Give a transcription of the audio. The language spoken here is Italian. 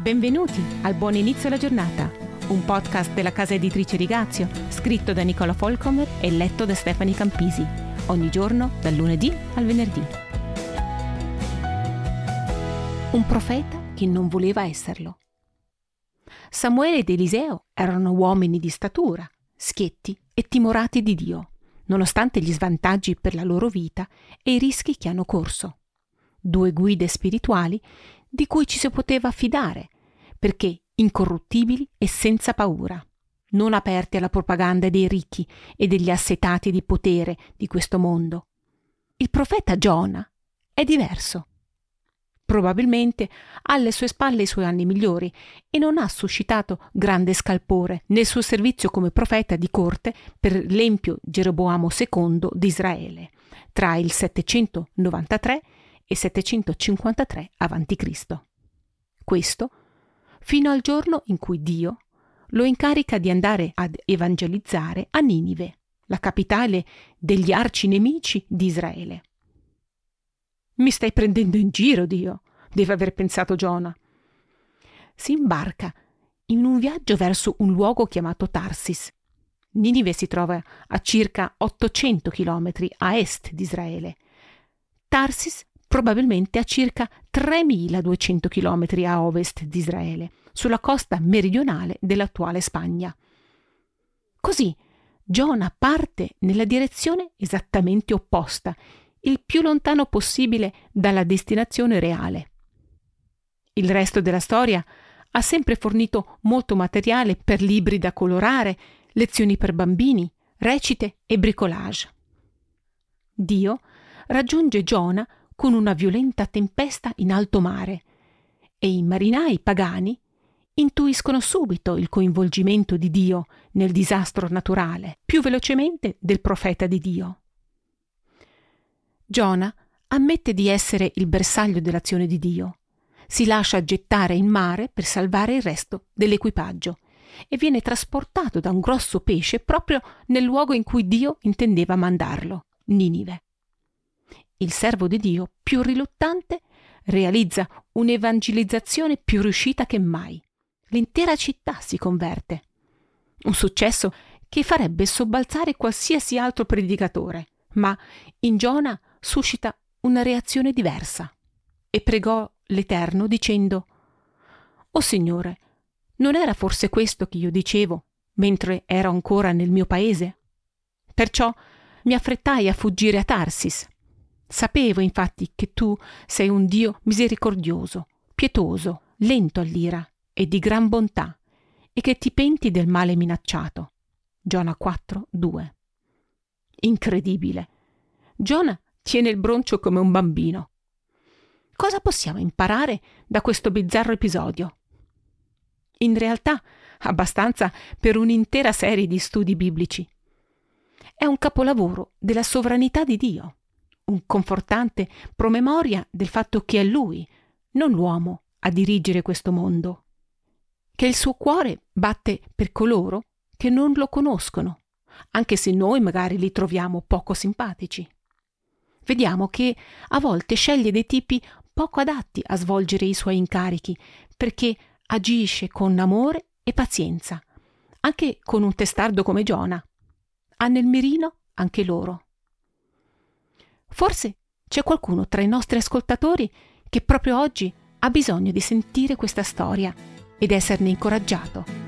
Benvenuti al Buon Inizio alla Giornata, un podcast della casa editrice Rigazio, scritto da Nicola Folcomer e letto da Stefani Campisi, ogni giorno dal lunedì al venerdì. Un profeta che non voleva esserlo. Samuele ed Eliseo erano uomini di statura, schietti e timorati di Dio, nonostante gli svantaggi per la loro vita e i rischi che hanno corso. Due guide spirituali di cui ci si poteva fidare, perché incorruttibili e senza paura, non aperti alla propaganda dei ricchi e degli assetati di potere di questo mondo. Il profeta Giona è diverso. Probabilmente ha alle sue spalle i suoi anni migliori e non ha suscitato grande scalpore nel suo servizio come profeta di corte per l'empio Geroboamo II di Israele, tra il 793 e 753 a.C. Questo fino al giorno in cui Dio lo incarica di andare ad evangelizzare a Ninive, la capitale degli arcinemici di Israele. Mi stai prendendo in giro, Dio, deve aver pensato Giona. Si imbarca in un viaggio verso un luogo chiamato Tarsis. Ninive si trova a circa 800 chilometri a est di Israele. Tarsis probabilmente a circa 3.200 chilometri a ovest di Israele, sulla costa meridionale dell'attuale Spagna. Così Giona parte nella direzione esattamente opposta, il più lontano possibile dalla destinazione reale. Il resto della storia ha sempre fornito molto materiale per libri da colorare, lezioni per bambini, recite e bricolage. Dio raggiunge Giona con una violenta tempesta in alto mare e i marinai pagani intuiscono subito il coinvolgimento di Dio nel disastro naturale, più velocemente del profeta di Dio. Giona ammette di essere il bersaglio dell'azione di Dio, si lascia gettare in mare per salvare il resto dell'equipaggio e viene trasportato da un grosso pesce proprio nel luogo in cui Dio intendeva mandarlo, Ninive. Il servo di Dio, più riluttante, realizza un'evangelizzazione più riuscita che mai. L'intera città si converte. Un successo che farebbe sobbalzare qualsiasi altro predicatore, ma in Giona suscita una reazione diversa e pregò l'Eterno dicendo: «O Signore, non era forse questo che io dicevo mentre ero ancora nel mio paese? Perciò mi affrettai a fuggire a Tarsis. Sapevo infatti che tu sei un Dio misericordioso, pietoso, lento all'ira e di gran bontà, e che ti penti del male minacciato». Giona 4:2. Incredibile. Giona tiene il broncio come un bambino. Cosa possiamo imparare da questo bizzarro episodio? In realtà, abbastanza per un'intera serie di studi biblici. È un capolavoro della sovranità di Dio, un confortante promemoria del fatto che è Lui, non l'uomo, a dirigere questo mondo, che il suo cuore batte per coloro che non lo conoscono, anche se noi magari li troviamo poco simpatici. Vediamo che a volte sceglie dei tipi poco adatti a svolgere i suoi incarichi, perché agisce con amore e pazienza, anche con un testardo come Giona. Ha nel mirino anche loro. Forse c'è qualcuno tra i nostri ascoltatori che proprio oggi ha bisogno di sentire questa storia ed esserne incoraggiato.